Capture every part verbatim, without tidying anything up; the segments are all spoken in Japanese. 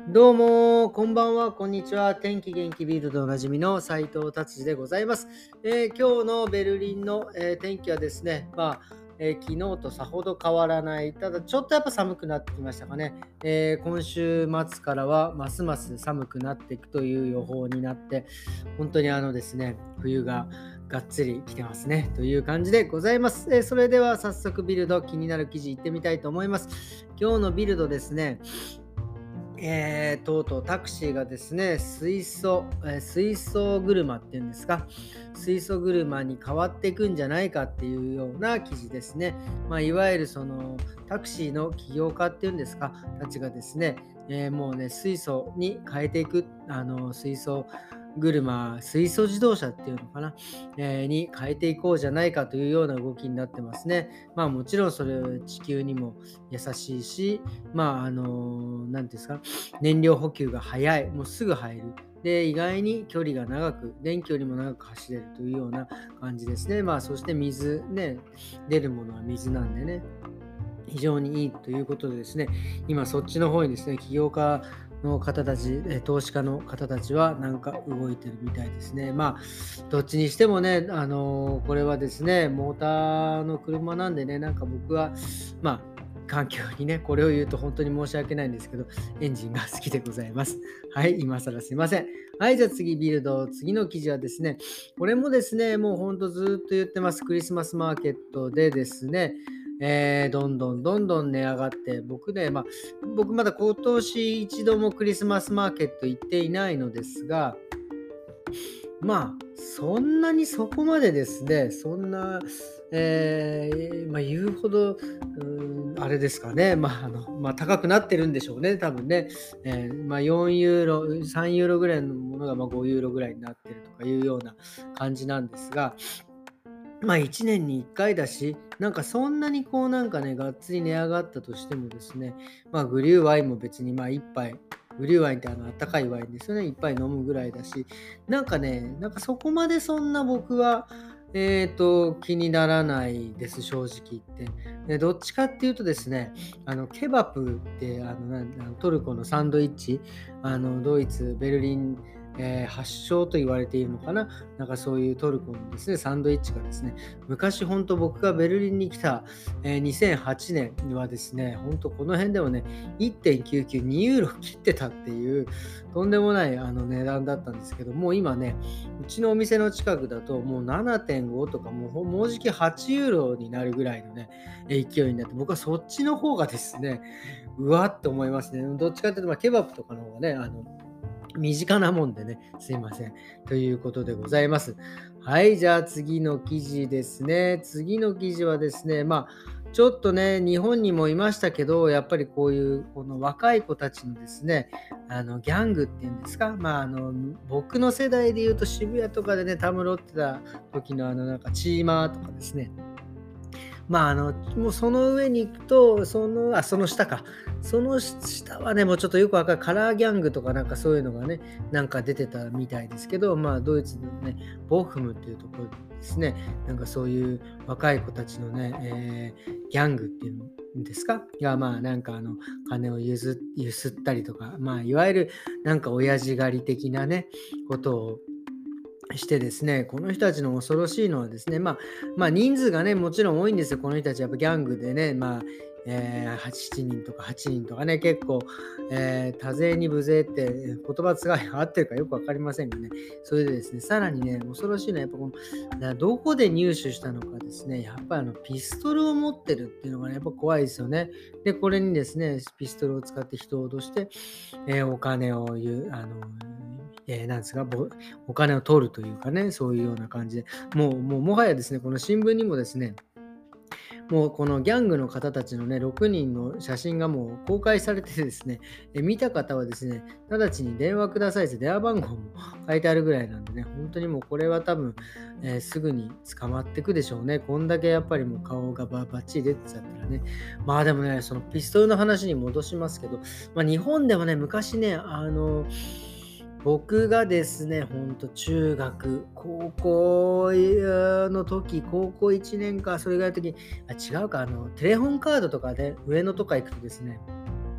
どうも、こんばんは、こんにちは。天気元気ビルドでおなじみの斉藤達治でございます。えー今日のベルリンの、えー天気はですね、まあ、えー昨日とさほど変わらない。ただ、ちょっとやっぱ寒くなってきましたかね。えー今週末からはますます寒くなっていくという予報になって、本当にあのですね、冬ががっつり来てますね。という感じでございます。えーそれでは早速ビルド、気になる記事いってみたいと思います。今日のビルドですね、えー、とうとうタクシーがですね、水素、えー水素車っていうんですか、水素車に変わっていくんじゃないかっていうような記事ですね。まあ、いわゆるそのタクシーの起業家っていうんですか、たちがですね、えーもうね、水素に変えていく、あの水素車、水素自動車っていうのかな、えーに変えていこうじゃないかというような動きになってますね。まあもちろんそれ地球にも優しいし、まああの何ていうんですか、燃料補給が早い、もうすぐ入る。で、意外に距離が長く、電気よりも長く走れるというような感じですね。まあ、そして水ね、出るものは水なんでね、非常にいいということでですね、今そっちの方にですね、起業家の方たち、え投資家の方たちはなんか動いてるみたいですね。まあ、どっちにしてもね、あのこれはですね、モーターの車なんでね、なんか僕は、まあ、環境にね、これを言うと本当に申し訳ないんですけど、エンジンが好きでございます。はい、今更すいません。はい、じゃあ次、ビルド。次の記事はですね、これもですね、もうほんとずっと言ってます。クリスマスマーケットでですね、えーどんどんどんどん値上がって、僕ね、まあ、僕まだ今年一度もクリスマスマーケット行っていないのですが、まあ、そんなにそこまでですね、そんな、えーまあ、言うほど、うーん、あれですかね、まあ、あの、まあ、高くなってるんでしょうね、多分ね。えーまあ、よんユーロ、さんユーロぐらいのものがまあごユーロぐらいになってるとかいうような感じなんですが、まあいちねんにいっかいだし、なんかそんなにこうなんかね、がっつり値上がったとしてもですね、まあグリューワインも別にまあ一杯、グリューワインってあのあったかいワインですよね、一杯飲むぐらいだし、なんかね、なんかそこまでそんな僕は、えーと、気にならないです、正直言って。でどっちかっていうとですね、あのケバプってあのなんあのトルコのサンドイッチ、あのドイツ、ベルリン、えー発祥と言われているのかな。なんかそういうトルコのですね、サンドイッチがですね、昔本当僕がベルリンに来た、えーにせんはちねんにはですね、本当この辺でもね、いってんきゅうきゅう、にユーロ切ってたっていう、とんでもないあの値段だったんですけど、もう今ね、うちのお店の近くだともうななてんごとかもうほもうじきはちユーロになるぐらいのね、え勢いになって、僕はそっちの方がですね、うわって思いますね。どっちかっていうと、まあ、ケバブとかの方がね、あの、身近なもんでね、すいません。ということでございます。はい、じゃあ次の記事ですね。次の記事はですね、まあ、ちょっとね、日本にもいましたけど、やっぱりこういうこの若い子たちのですね、あのギャングっていうんですか、まあ、あの僕の世代で言うと渋谷とかでね、たむろってた時のあのなんかチーマーとかですね、まあ、あの、もうその上に行くと、その、あ、その下か。その下はね、もうちょっとよくわかる、カラーギャングとかなんかそういうのがね、なんか出てたみたいですけど、まあ、ドイツのね、ボフムっていうところですね、なんかそういう若い子たちのね、えーギャングっていうんですかが、まあ、なんかあの、金を譲ゆすったりとか、まあ、いわゆるなんか親父狩り的なね、ことをしてですね、この人たちの恐ろしいのはですね、まあ、まあ、人数がね、もちろん多いんですよ。この人たち、やっぱギャングでね、まあ、えー、はち、しちにんとかはちにんとかね、結構、えー多勢に無勢ってえー言葉遣いが合ってるかよくわかりませんがね、それでですね、さらにね、恐ろしいのは、やっぱこの、などこで入手したのかですね、やっぱりあの、ピストルを持ってるっていうのがね、やっぱ怖いですよね。で、これにですね、ピストルを使って人を脅して、えーお金を言う、あの、えーなんですか、ぼお金を取るというかね、そういうような感じで、もう、もうもはやですね、この新聞にもですね、もうこのギャングの方たちのね、ろくにんの写真がもう公開されてですね、え見た方はですね、直ちに電話くださいって電話番号も書いてあるぐらいなんでね、本当にもうこれは多分、えーすぐに捕まってくでしょうね。こんだけやっぱりもう顔がばばっちり出てちゃったらね。まあでもね、そのピストルの話に戻しますけど、まあ日本でもね、昔ね、あの、僕がですね、ほんと中学、高校の時、高校いちねんか、それぐらいの時、あ、違うか、あの、テレホンカードとかで上野とか行くとですね、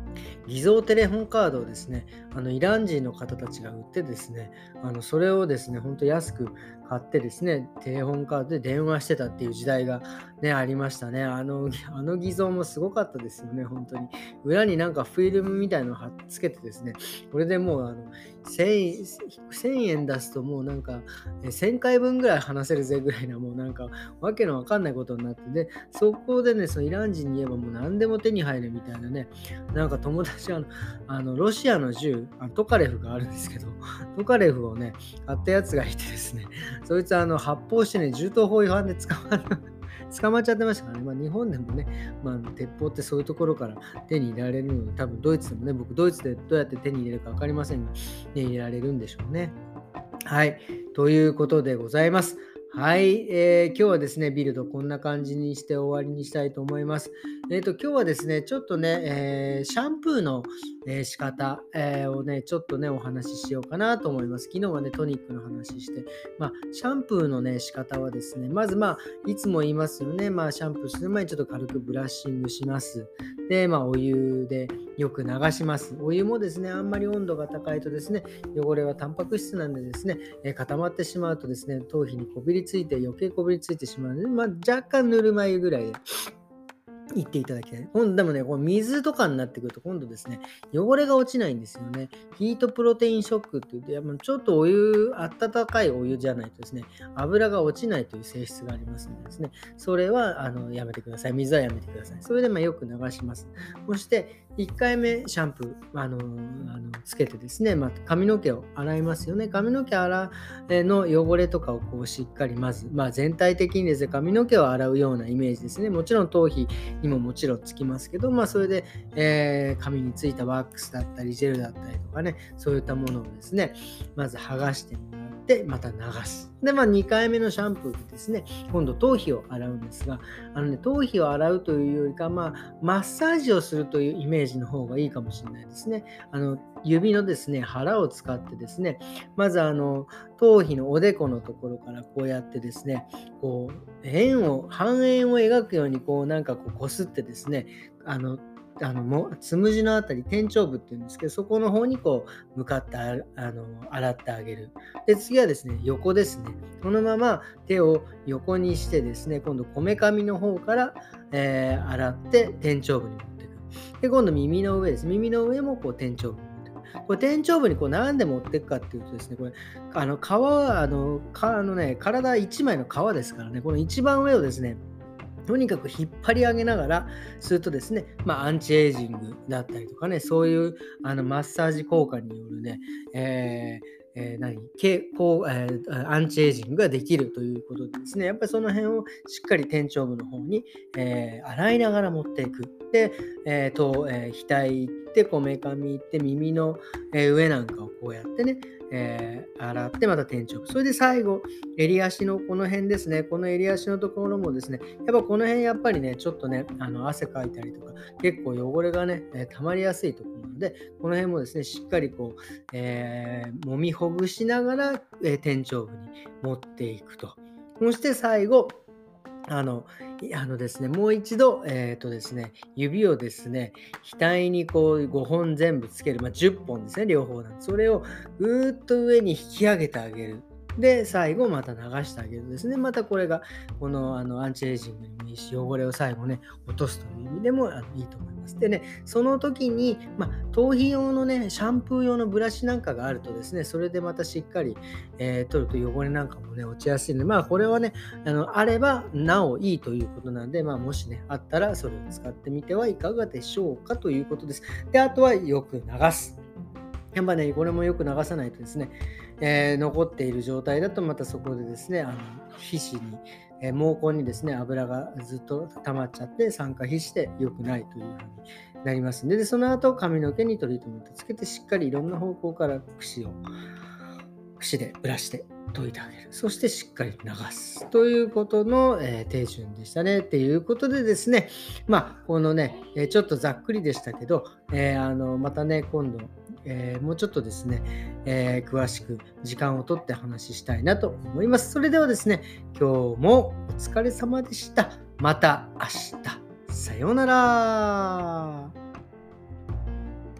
偽造テレホンカードをですね、あのイラン人の方たちが売ってですね、あのそれをですね、ほんと安く買ってですね、テレホンカードで電話してたっていう時代がね、ありましたね。あの、あの偽造もすごかったですよね、本当に。裏になんかフィルムみたいのを貼っつけてですね、これでもうあのせんえん出すともうなんかえせんかいぶんぐらい話せるぜぐらいな、もうなんかわけのわかんないことになってで、そこでね、そのイラン人に言えばもう何でも手に入るみたいなね、なんか友達はあのロシアの銃、あのトカレフがあるんですけど、トカレフをね、買ったやつがいてですね、そいつはあの発砲してね、銃刀法違反で捕まる捕まっちゃってましたからね。まあ、日本でもね、まあ、鉄砲ってそういうところから手に入れられるので、多分ドイツでもね、僕ドイツでどうやって手に入れるか分かりませんが、手に入れられるんでしょうね。はい。ということでございます。はい、えー今日はですね、ビルドこんな感じにして終わりにしたいと思います。えっと、今日はですね、ちょっとね、えーシャンプーの、えー仕方、えーをね、ちょっとね、お話ししようかなと思います。昨日はね、トニックの話して、まあ、シャンプーのね、仕方はですね、まず、まあ、いつも言いますよね、まあ、シャンプーする前にちょっと軽くブラッシングします。で、まあ、お湯でよく流します。お湯もですね、あんまり温度が高いとですね、汚れはタンパク質なんでですね、えー固まってしまうとですね、頭皮にこびりついて余計こびりついてしまうので、まあ、若干ぬるま湯ぐらいで言っていただきたい。今度でもね、この水とかになってくると今度ですね、汚れが落ちないんですよね。ヒートプロテインショックって言って、やっぱちょっとお湯、温かいお湯じゃないとですね、油が落ちないという性質がありますのでですね、それはあのやめてください。水はやめてください。それでまあよく流します。そしていっかいめシャンプー、あのあのつけてですね、まあ、髪の毛を洗いますよね。髪の毛洗うえーの汚れとかをこうしっかりまず、まあ、全体的にですね、髪の毛を洗うようなイメージですね。もちろん頭皮にももちろんつきますけど、まあ、それで、えー髪についたワックスだったりジェルだったりとかね、そういったものをですね、まず剥がしてもらって、また流す。で、まあ、にかいめのシャンプーでですね、今度頭皮を洗うんですが、あのね、頭皮を洗うというよりか、まあ、マッサージをするというイメージの方がいいかもしれないですね。あの指のですね、腹を使ってですね、まずあの頭皮のおでこのところからこうやってですね、こう円を半円を描くようにこうなんかこうこすってですね、あのあのもつむじのあたり、天頂部っていうんですけど、そこの方にこう向かってああの洗ってあげる。で、次はですね、横ですね。このまま手を横にしてですね、今度こめかみの方から、えー洗って天頂部に持っていく。で、今度耳の上です。耳の上もこう天頂部に持っていく。これ天頂部にこうなんで持っていくかっていうとですね、これあの皮はあのかあのね、体一枚の皮ですからね、この一番上をですね、とにかく引っ張り上げながらするとですね、まあ、アンチエイジングだったりとかね、そういうあのマッサージ効果によるね、えーえー何けこうえーアンチエイジングができるということでですね、やっぱりその辺をしっかり天頂部の方に、えー洗いながら持っていく。で、えーとえー額行って、こめかみ行って、耳の、えー上なんかをこうやってね、えー洗ってまた天頂部。それで最後、襟足のこの辺ですね、この襟足のところもですね、やっぱこの辺やっぱりね、ちょっとね、あの汗かいたりとか、結構汚れがね、えー溜まりやすいところなので、この辺もですね、しっかりこう、えー揉みほぐしながら、えー天頂部に持っていくと。そして最後、あの、いあのですね、もう一度、えっとですね、指をですね、額にこうごほん全部つける、まあ、じゅっぽんですね、両方なんで。それをぐーっと上に引き上げてあげる。で、最後また流してあげるですね。またこれが、このあのアンチエイジングにもいいし、汚れを最後ね、落とすという意味でもあのいいと思います。でね、その時に、まあ、頭皮用のね、シャンプー用のブラシなんかがあるとですね、それでまたしっかり、えー取ると汚れなんかもね、落ちやすいので、まあ、これはね、あのあればなおいいということなので、まあ、もしね、あったらそれを使ってみてはいかがでしょうかということです。で、あとはよく流す。やっぱね、これもよく流さないとですね、えー残っている状態だとまたそこでですね、あの皮脂に、えー毛根にですね、油がずっと溜まっちゃって酸化皮脂で良くないというふうになりますので、でその後髪の毛にトリートメントつけてしっかりいろんな方向から櫛を櫛でブラシで溶いてあげる。そしてしっかり流す。ということの、えー手順でしたね。っていうことでですね、まあ、このね、えーちょっとざっくりでしたけど、えーあのまたね、今度、えーもうちょっとですね、えー詳しく時間をとって話したいなと思います。それではですね、今日もお疲れ様でした。また明日。さようなら。